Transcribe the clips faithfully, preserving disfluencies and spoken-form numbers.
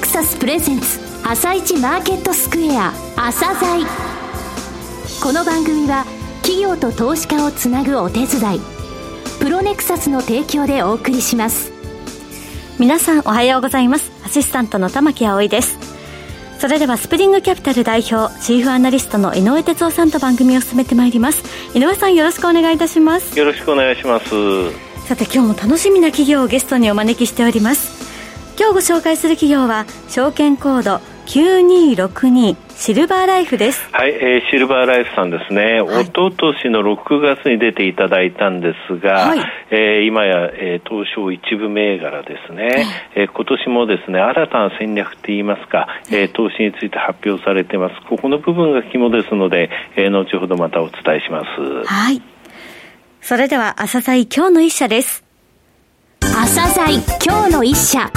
サスプレゼンツ朝一マーケットスクエア朝鮮。この番組は企業と投資家をつなぐお手伝い、プロネクサスの提供でお送りします。 皆さんおはようございます。アシスタントの玉木葵です。それではスプリングキャピタル代表チーフアナリストの井上哲夫さんと番組を進めてまいります。井上さん、よろしくお願いいたします。 よろしくお願いします。 さて、今日も楽しみな企業をゲストにお招きしております。今日ご紹介する企業は証券コードきゅうにーろくにシルバーライフです。 はい、えー、シルバーライフさんですね、はい、一昨年のろくがつに出ていただいたんですが、はい、えー、今や、えー、東証一部銘柄ですね、えー、今年もですね新たな戦略っていいますか、えー、投資について発表されてます。ここの部分が肝ですので、えー、後ほどまたお伝えします。 はい、それでは朝鮮今日の一社です。 朝鮮今日の一社。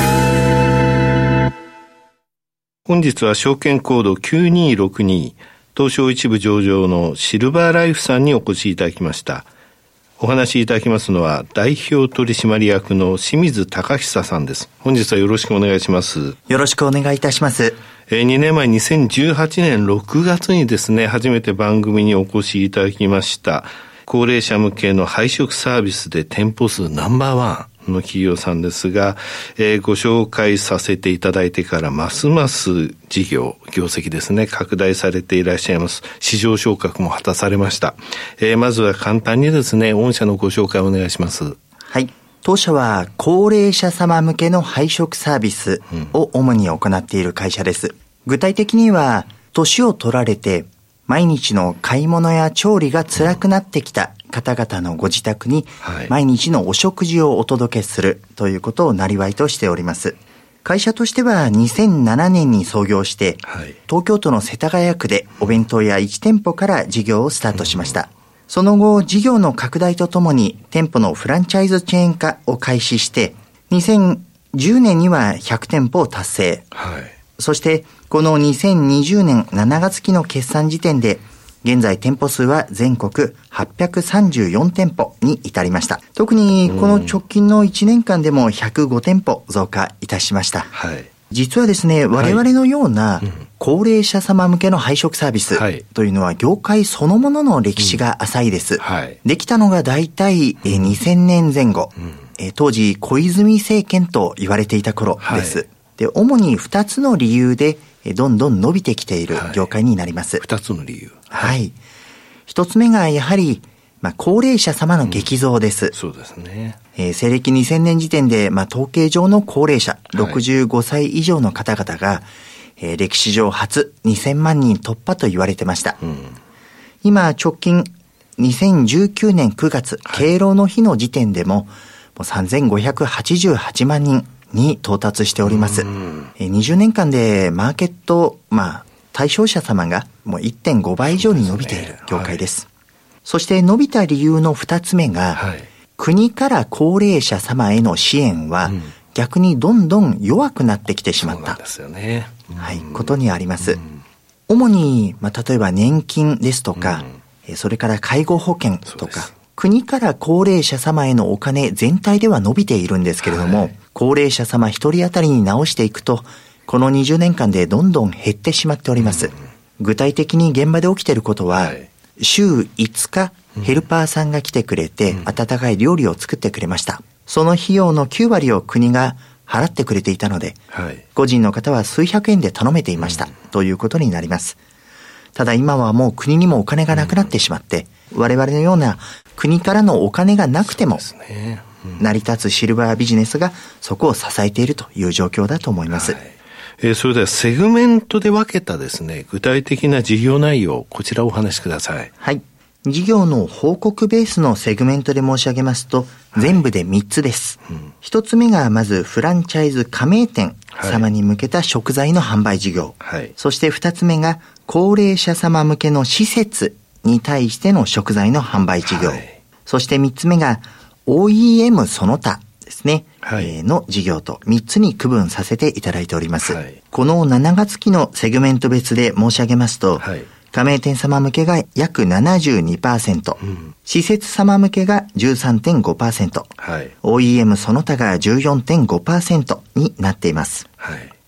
本日は証券コードきゅうにーろくに東証一部上場のシルバーライフさんにお越しいただきました。お話しいただきますのは代表取締役の清水隆久さんです。本日はよろしくお願いします。 よろしくお願いいたします。 えー、にねんまえにせんじゅうはちねんろくがつにですね初めて番組にお越しいただきました。高齢者向けの配食サービスで店舗数ナンバーワンの企業さんですが、えー、ご紹介させていただいてからますます事業業績ですね拡大されていらっしゃいます。市場昇格も果たされました。えー、まずは簡単にですね御社のご紹介をお願いします。 はい、当社は高齢者様向けの配食サービスを主に行っている会社です。うん、具体的には年を取られて毎日の買い物や調理が辛くなってきた方々のご自宅に毎日のお食事をお届けするということを生業としております。会社としてはにせんななねんに創業して、東京都の世田谷区でお弁当屋いち店舗から事業をスタートしました。その後事業の拡大とともに店舗のフランチャイズチェーン化を開始してにせんじゅうねんにはひゃく店舗を達成、はい、そしてこのにせんにじゅうねんしちがつ期の決算時点で現在店舗数は全国はっぴゃくさんじゅうよん店舗に至りました。特にこの直近のいちねんかんでもひゃくご店舗増加いたしました。はい、実はですね、我々のような高齢者様向けの配食サービスというのは業界そのものの歴史が浅いです。はい、できたのがだいたいにせんねんぜん後、うん、当時小泉政権と言われていた頃です。はい、で、主にふたつの理由でどんどん伸びてきている業界になります。 はい、ふたつの理由。 はい。一つ目がやはり、まあ、高齢者様の激増です。 うん、そうですね。 えー、西暦にせんねん時点で、まあ、統計上の高齢者、ろくじゅうごさい以上の方々が、えー、歴史上初にせんまんにん突破と言われてました。うん、今、直近にせんじゅうきゅうねんくがつ、はい、敬老の日の時点でも、もうさんぜんごひゃくはちじゅうはちまんにんに到達しております。えー、にじゅうねんかんでマーケット、まあ、対象者様がもう いってんごばい以上に伸びている業界です。そ, ですね、はい、そして伸びた理由の二つ目が、はい、国から高齢者様への支援は、うん、逆にどんどん弱くなってきてしまった。そうなんですよね。はい、ことにあります。うん、主に、まあ、例えば年金ですとか、うん、それから介護保険とか、国から高齢者様へのお金全体では伸びているんですけれども、はい、高齢者様一人当たりに直していくと、このにじゅうねんかんでどんどん減ってしまっております。うん、具体的に現場で起きていることは、はい、週いつかヘルパーさんが来てくれて、うん、温かい料理を作ってくれました。その費用のきゅうわりを国が払ってくれていたので、はい、個人の方は数百円で頼めていました、うん、ということになります。ただ今はもう国にもお金がなくなってしまって、うん、我々のような国からのお金がなくても、ね、うん、成り立つシルバービジネスがそこを支えているという状況だと思います。はい、 えー、それではセグメントで分けたですね、具体的な事業内容、こちらをお話しください。 はい。事業の報告ベースのセグメントで申し上げますと、全部でみっつです。はい、うん、ひとつめがまずフランチャイズ加盟店様に向けた食材の販売事業。はい、そしてふたつめが高齢者様向けの施設に対しての食材の販売事業。はい、そしてみっつめが オーイーエム その他ですね。はい、えー、の事業とみっつに区分させていただいております。はい、このしちがつ期のセグメント別で申し上げますと、はい、加盟店様向けが約 ななじゅうにパーセント、うん、施設様向けが じゅうさんてんごパーセント、はい、オーイーエム その他が じゅうよんてんごパーセント になっています。はい、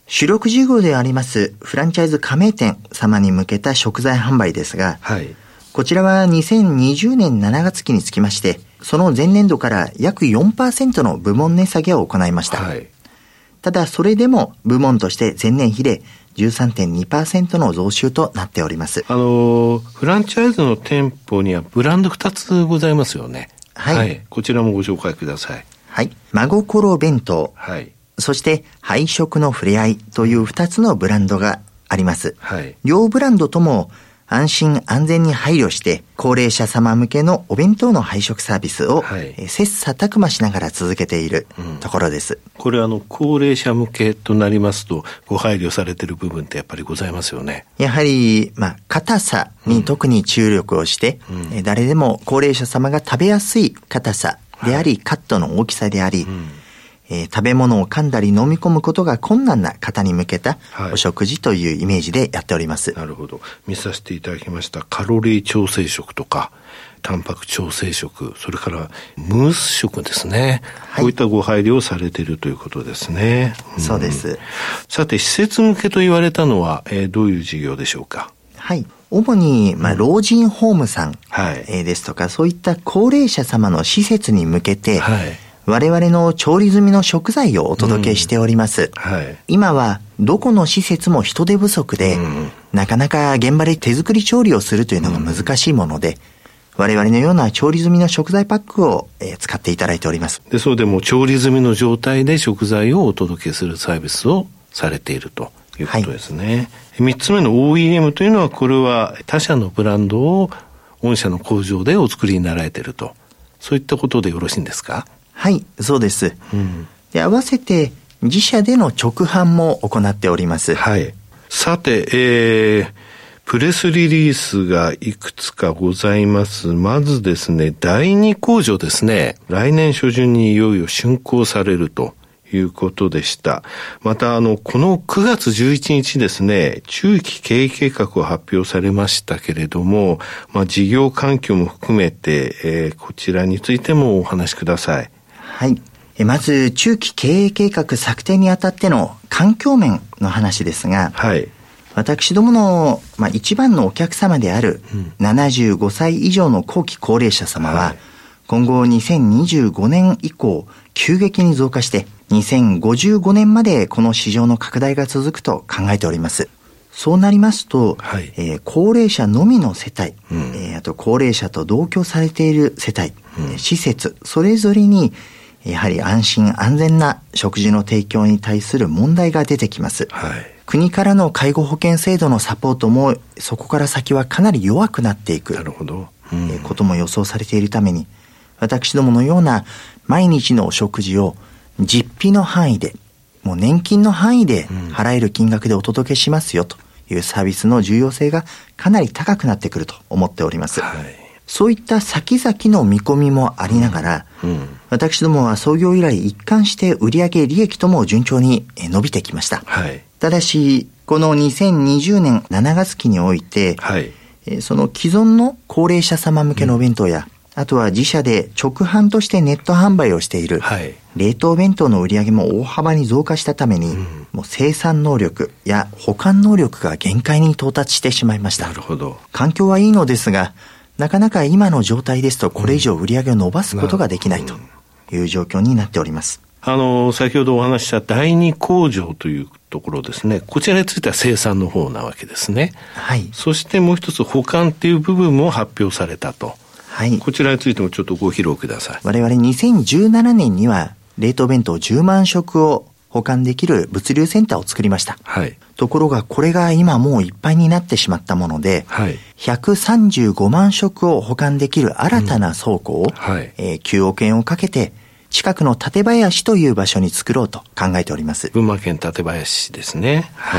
主力事業でありますフランチャイズ加盟店様に向けた食材販売ですが、はい、こちらはにせんにじゅうねんしちがつ期につきまして、その前年度から約 よんパーセント の部門値下げを行いました。はい、ただそれでも部門として前年比で じゅうさんてんにパーセント の増収となっております。 あのフランチャイズの店舗にはブランドふたつございますよね。はい、はい、こちらもご紹介ください。 はい、真心弁当、はい、そして配食のふれあいというふたつのブランドがあります。はい、両ブランドとも安心安全に配慮して高齢者様向けのお弁当の配食サービスを、はい、切磋琢磨しながら続けているところです。うん、 これはあの高齢者向けとなりますとご配慮されている部分ってやっぱりございますよね。 やはりまあ硬さに特に注力をして、うん、誰でも高齢者様が食べやすい硬さであり、はい、カットの大きさであり、うん、えー、食べ物を噛んだり飲み込むことが困難な方に向けたお食事というイメージでやっております。 はい、なるほど。見させていただきましたカロリー調整食とかタンパク調整食、それからムース食ですね。はい、こういったご配慮をされているということですね。 うん、そうです。 さて施設向けと言われたのは、えー、どういう事業でしょうか。 はい。主に、まあ、老人ホームさん、はい、えー、ですとか、そういった高齢者様の施設に向けて、はい、我々の調理済みの食材をお届けしております。うん、はい、今はどこの施設も人手不足で、うん、なかなか現場で手作り調理をするというのが難しいもので、うん、我々のような調理済みの食材パックを、えー、使っていただいております。 で、そうでも調理済みの状態で食材をお届けするサービスをされているということですね。はい、三つ目の オーイーエム というのは、これは他社のブランドを御社の工場でお作りになられていると、そういったことでよろしいんですか。 はい、そうです。うん、で、合わせて自社での直販も行っております。 はい。さて、えー、プレスリリースがいくつかございます。まずですね、だいに工場ですね、来年初旬にいよいよ竣工されるということでした。また、あの、このくがつじゅういちにちですね、中期経営計画を発表されましたけれども、まあ、事業環境も含めて、えー、こちらについてもお話しください。 はい。まず、中期経営計画策定にあたっての環境面の話ですが、はい。私どもの、まあ、一番のお客様であるななじゅうごさい以上の後期高齢者様は、はい、今後にせんにじゅうごねん以降、急激に増加して、にせんごじゅうごねんまでこの市場の拡大が続くと考えております。そうなりますと、はい、えー、高齢者のみの世帯、うん、えー、あと高齢者と同居されている世帯、うん、施設、それぞれに、やはり安心安全な食事の提供に対する問題が出てきます。はい、国からの介護保険制度のサポートもそこから先はかなり弱くなっていく、なるほど、うん、ことも予想されているために、私どものような毎日のお食事を実費の範囲で、もう年金の範囲で払える金額でお届けしますよというサービスの重要性がかなり高くなってくると思っております。はい、そういった先々の見込みもありながら、うんうん、私どもは創業以来一貫して売上利益とも順調に伸びてきました。はい、ただし、このにせんにじゅうねんしちがつ期において、はい、その既存の高齢者様向けのお弁当や、うん、あとは自社で直販としてネット販売をしている冷凍弁当の売り上げも大幅に増加したために、うん、もう生産能力や保管能力が限界に到達してしまいました。なるほど。環境はいいのですが、なかなか今の状態ですとこれ以上売り上げを伸ばすことができないという状況になっております。 あの、先ほどお話ししただいに工場というところですね。こちらについては生産の方なわけですね。はい。そしてもう一つ保管っていう部分も発表されたと。はい。こちらについてもちょっとご披露ください。 我々にせんじゅうななねんには冷凍弁当じゅうまんしょくを保管できる物流センターを作りました。はい。ところがこれが今もういっぱいになってしまったもので、はい、ひゃくさんじゅうごまんしょくを保管できる新たな倉庫を、うん、はい、えー、きゅうおくえんをかけて近くの館林という場所に作ろうと考えております。 群馬県館林ですね。 はい。はい、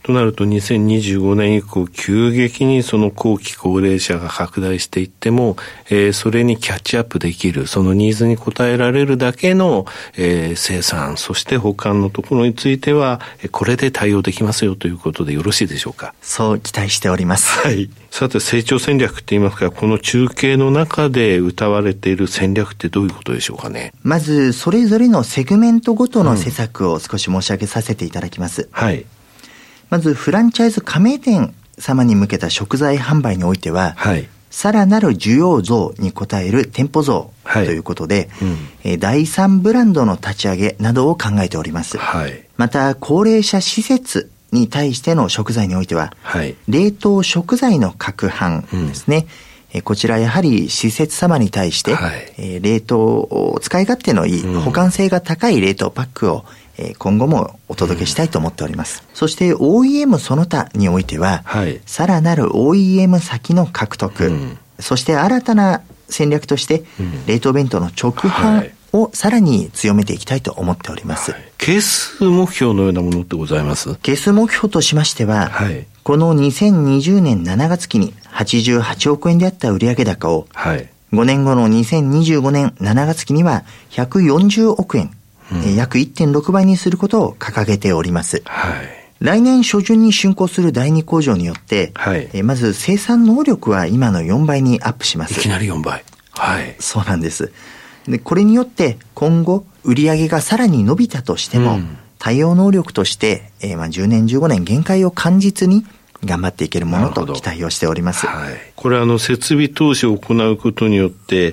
となるとにせんにじゅうごねん以降急激にその後期高齢者が拡大していっても、えー、それにキャッチアップできる、そのニーズに応えられるだけの、えー、生産、そして保管のところについてはこれで対応できますよということでよろしいでしょうか。 そう期待しております。 はい。さて成長戦略って言いますか、この中継の中で謳われている戦略ってどういうことでしょうかね。 まずそれぞれのセグメントごとの施策を少し申し上げさせていただきます。 うん、はい。 まずフランチャイズ加盟店様に向けた食材販売においては、 はい、 さらなる需要増に応える店舗増ということで、はい、うんえー、第三ブランドの立ち上げなどを考えております。はい、また高齢者施設に対しての食材においては、はい、冷凍食材の攪拌ですね、うん、えー、こちらやはり施設様に対して、はい、えー、冷凍使い勝手のいい、うん、保管性が高い冷凍パックを今後もお届けしたいと思っております。うん、そして オーイーエム その他においては、はい、さらなる オーイーエム 先の獲得、うん、そして新たな戦略として、うん、冷凍弁当の直販をさらに強めていきたいと思っております。はい、 係数目標のようなものってございます？ 係数目標としましては、はい、このにせんにじゅうねんしちがつ期にはちじゅうはちおくえんであった売上高を、はい、ごねんごのにせんにじゅうごねんしちがつ期にはひゃくよんじゅうおくえん、うん、約 いってんろくばいにすることを掲げております。はい、来年初旬に竣工するだいに工場によって、はい、えまず生産能力は今のよんばいにアップします。 いきなりよんばい。はい。 そうなんです。で、これによって今後売上がさらに伸びたとしても、うん、対応能力として、えー、まあじゅうねんじゅうごねん限界を感じずに頑張っていけるものと期待をしております。 はい、これはあの設備投資を行うことによって、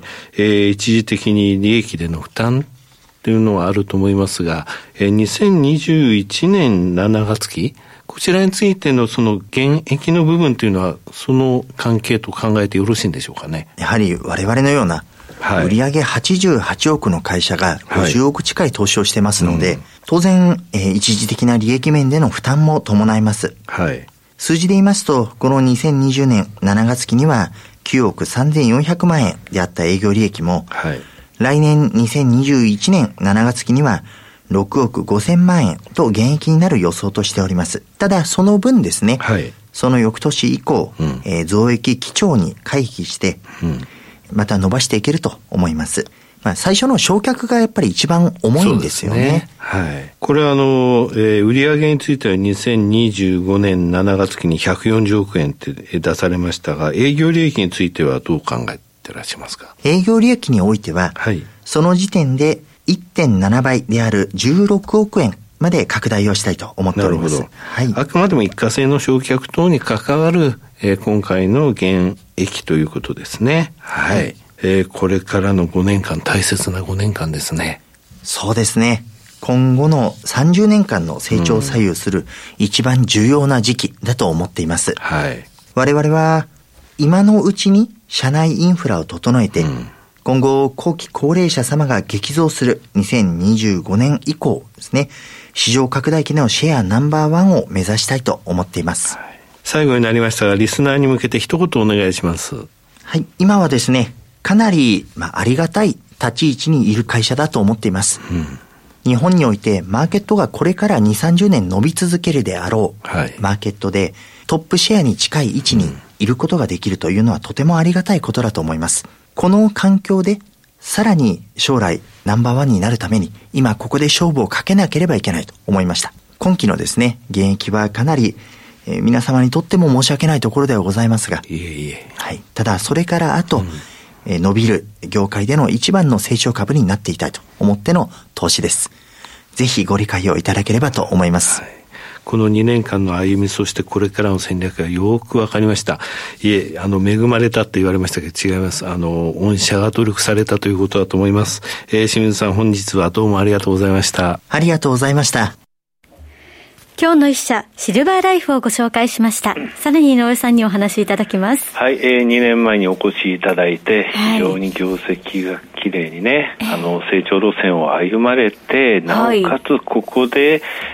えー、一時的に利益での負担というのはあると思いますが、えー、にせんにじゅういちねんしちがつ期、こちらについてのその減益の部分というのはその関係と考えてよろしいんでしょうかね。 やはり我々のような売上はちじゅうはちおくの会社がごじゅうおく近い投資をしてますので、はい、うん、当然、えー、一時的な利益面での負担も伴います。はい、数字で言いますと、このにせんにじゅうねんしちがつ期にはきゅうおくさんぜんよんひゃくまんえんであった営業利益も、はい、来年にせんにじゅういちねんしちがつ期にはろくおくごせんまんえんと減益になる予想としております。ただその分ですね、はい、その翌年以降、うん、えー、増益基調に回帰して、うん、また伸ばしていけると思います。まあ、最初の償却がやっぱり一番重いんですよね。 そうですね。はい。これはあの、えー、売上についてはにせんにじゅうごねんしちがつ期にひゃくよんじゅうおくえんって出されましたが、営業利益についてはどう考えてらっしゃいますか？ 営業利益においては、はい、その時点で いってんななばいであるじゅうろくおくえんまで拡大をしたいと思っております。なるほど。はい。 あくまでも一過性の償却等に関わる、えー、今回の減益ということですね。はい。はい、えー、これからのごねんかん、大切なごねんかんですね。 そうですね。今後のさんじゅうねんかんの成長を左右する一番重要な時期だと思っています。はい。我々は今のうちに社内インフラを整えて、うん、今後後期高齢者様が激増するにせんにじゅうごねん以降ですね、市場拡大期でのシェアナンバーワンを目指したいと思っています。はい、 最後になりましたが、リスナーに向けて一言お願いします。 はい。今はですね、かなり、まあ、ありがたい立ち位置にいる会社だと思っています。うん、日本においてマーケットがこれからに、さんじゅうねん伸び続けるであろう、はい、マーケットでトップシェアに近い位置にいることができるというのはとてもありがたいことだと思います。この環境でさらに将来ナンバーワンになるために今ここで勝負をかけなければいけないと思いました。今期のですね、減益はかなり、えー、皆様にとっても申し訳ないところではございますが、いえいえ、はい、ただそれからあと、うん、えー、伸びる業界での一番の成長株になっていたいと思っての投資です。ぜひご理解をいただければと思います。はい、 このにねんかんの歩み、そしてこれからの戦略がよくわかりました。いえ、あの、恵まれたって言われましたけど違います。あの、御社が努力されたということだと思います。えー、清水さん、本日はどうもありがとうございました。 ありがとうございました。 今日の一社、シルバーライフをご紹介しました。さらに井上さんにお話しいただきます。 はい、えー、にねんまえにお越しいただいて、はい、非常に業績がきれいにね、えー、あの成長路線を歩まれて、なおかつここで、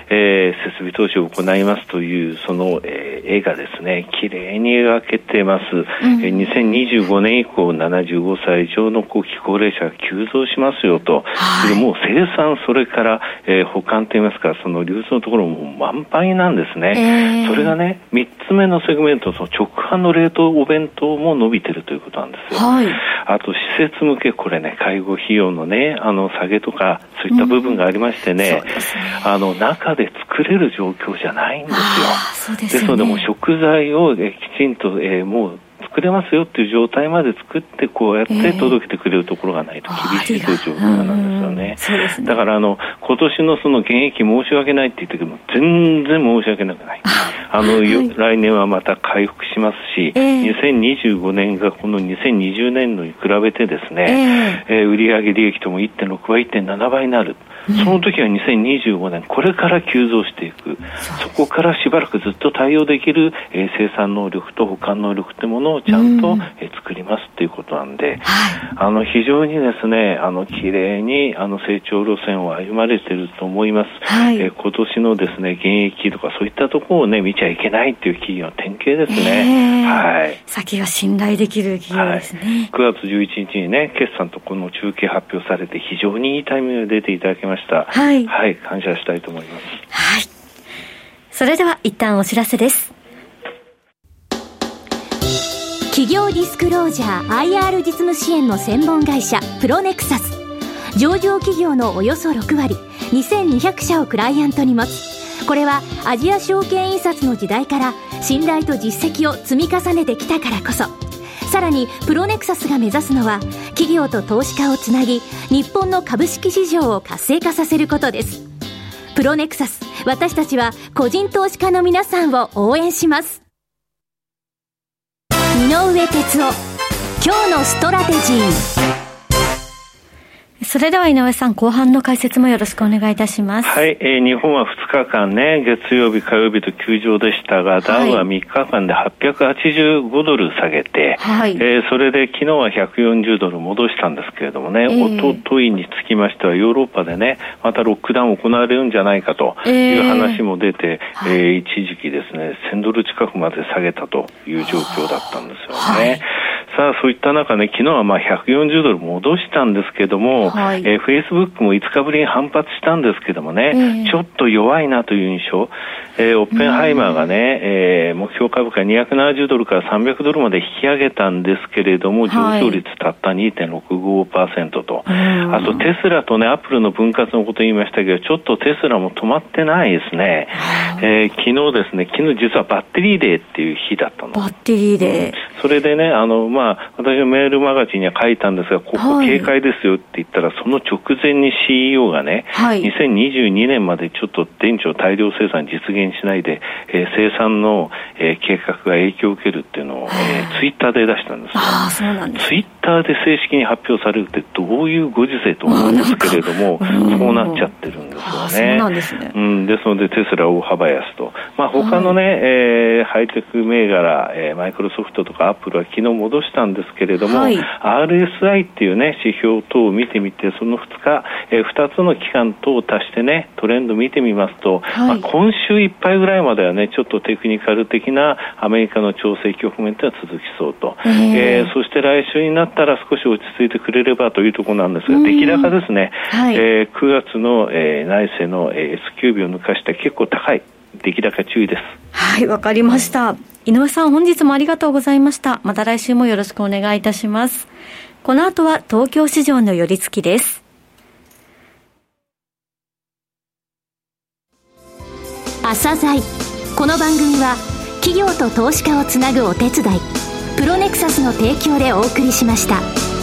えー、設備投資を行いますというその、えー、絵がですね綺麗に描けてます、うんえー、にせんにじゅうごねん以降ななじゅうごさい以上の後期高齢者が急増しますよと、はい、でもう生産それから、えー、保管といいますかその流通のところも満杯なんですね、えー、それがねみっつめのセグメントその直販の冷凍お弁当も伸びてるということなんですよ、はい、あと施設向けこれね介護費用のねあの下げとかそういった部分がありましてね、うん、ですねあの中で作れる状況じゃないんですよ。 そうですよね、 ですのでもう食材をえきちんと、えー、もう作れますよっていう状態まで作ってこうやって届けてくれるところがないと厳しいという状況なんですよね。 そうですね。 だからあの今年のその減益申し訳ないって言ってけども全然申し訳なくない。あの、はい、来年はまた回復しますし、えー、にせんにじゅうごねんがこのにせんにじゅうねんのに比べてですね、えーえー、売上利益とも いってんろくばい いってんななばいになる。その時はにせんにじゅうごねんこれから急増していく そ, そこからしばらくずっと対応できる、えー、生産能力と保管能力というものをちゃんと、えー、作りますということなんで、はい、あの非常にですねあの綺麗にあの成長路線を歩まれていると思います、はいえー、今年のですね減益とかそういったところをね見ちゃいけないという企業の典型ですね、 えーはい、先が信頼できる企業ですね、はい、 くがつじゅういちにちにね決算とこの中継発表されて非常にいいタイミングで出ていただきました。はい、はい、感謝したいと思います。 はい。それでは一旦お知らせです。 企業ディスクロージャー アイアール 実務支援の専門会社プロネクサス。上場企業のおよそろくわり、にせんにひゃくしゃをクライアントに持つ。これはアジア証券印刷の時代から信頼と実績を積み重ねてきたからこそ。さらにプロネクサスが目指すのは企業と投資家をつなぎ日本の株式市場を活性化させることです。プロネクサス、私たちは個人投資家の皆さんを応援します。井上哲夫、今日のストラテジー。 それでは井上さん後半の解説もよろしくお願いいたします。 はい、えー、日本はふつかかんね月曜日火曜日と休場でしたが、はい、ダウはみっかかんではっぴゃくはちじゅうごドル下げて、はいえー、それで昨日はひゃくよんじゅうドル戻したんですけれどもね、えー、おとといにつきましてはヨーロッパでねまたロックダウン行われるんじゃないかという話も出て、えーえー、一時期ですねせんドル近くまで下げたという状況だったんですよね、はいさあそういった中ね昨日はまあひゃくよんじゅうドル戻したんですけども、はいえー、Facebook もいつかぶりに反発したんですけどもね、えー、ちょっと弱いなという印象、えー、オッペンハイマーがね、えー、目標株価にひゃくななじゅうドルからさんびゃくドルまで引き上げたんですけれども、はい、上昇率たった にてんろくごパーセント と、あとテスラとねアップルの分割のこと言いましたけどちょっとテスラも止まってないですね、えー、昨日ですね昨日実はバッテリーデーっていう日だったの。 バッテリーデー、うん、 それでねあのまあ私のメールマガジンには書いたんですがここ警戒ですよって言ったら、はい、その直前に シーイーオー がね、はい、にせんにじゅうにねんまでちょっと電池を大量生産実現しないで、えー、生産の、えー、計画が影響を受けるっていうのを、えー、ツイッターで出したんですよ。 あ、そうなんです。 ツイッターで正式に発表されるってどういうご時世と思うんですけれどもそうなっちゃってるんですよね。 あ、そうなんですね、 うん、ですのでテスラ大幅安と、まあ、他のね、はいえー、ハイテク銘柄、えー、マイクロソフトとかアップルは昨日戻したんですけれども、はい、アールエスアイ っていうね指標等を見てみてそのふつか、えー、ふたつの期間等を足してねトレンド見てみますと、はいまあ、今週いっぱいぐらいまではねちょっとテクニカル的なアメリカの調整局面というのは続きそうと、えー、そして来週になったら少し落ち着いてくれればというところなんですが、出来高ですね、はいえー、くがつの、えー、内製の、えー、S q 日を抜かして結構高い出来高注意です。 はい、わかりました。井上さん本日もありがとうございました。また来週もよろしくお願いいたします。この後は東京市場の寄り付きです。 朝鮮この番組は企業と投資家をつなぐお手伝いプロネクサスの提供でお送りしました。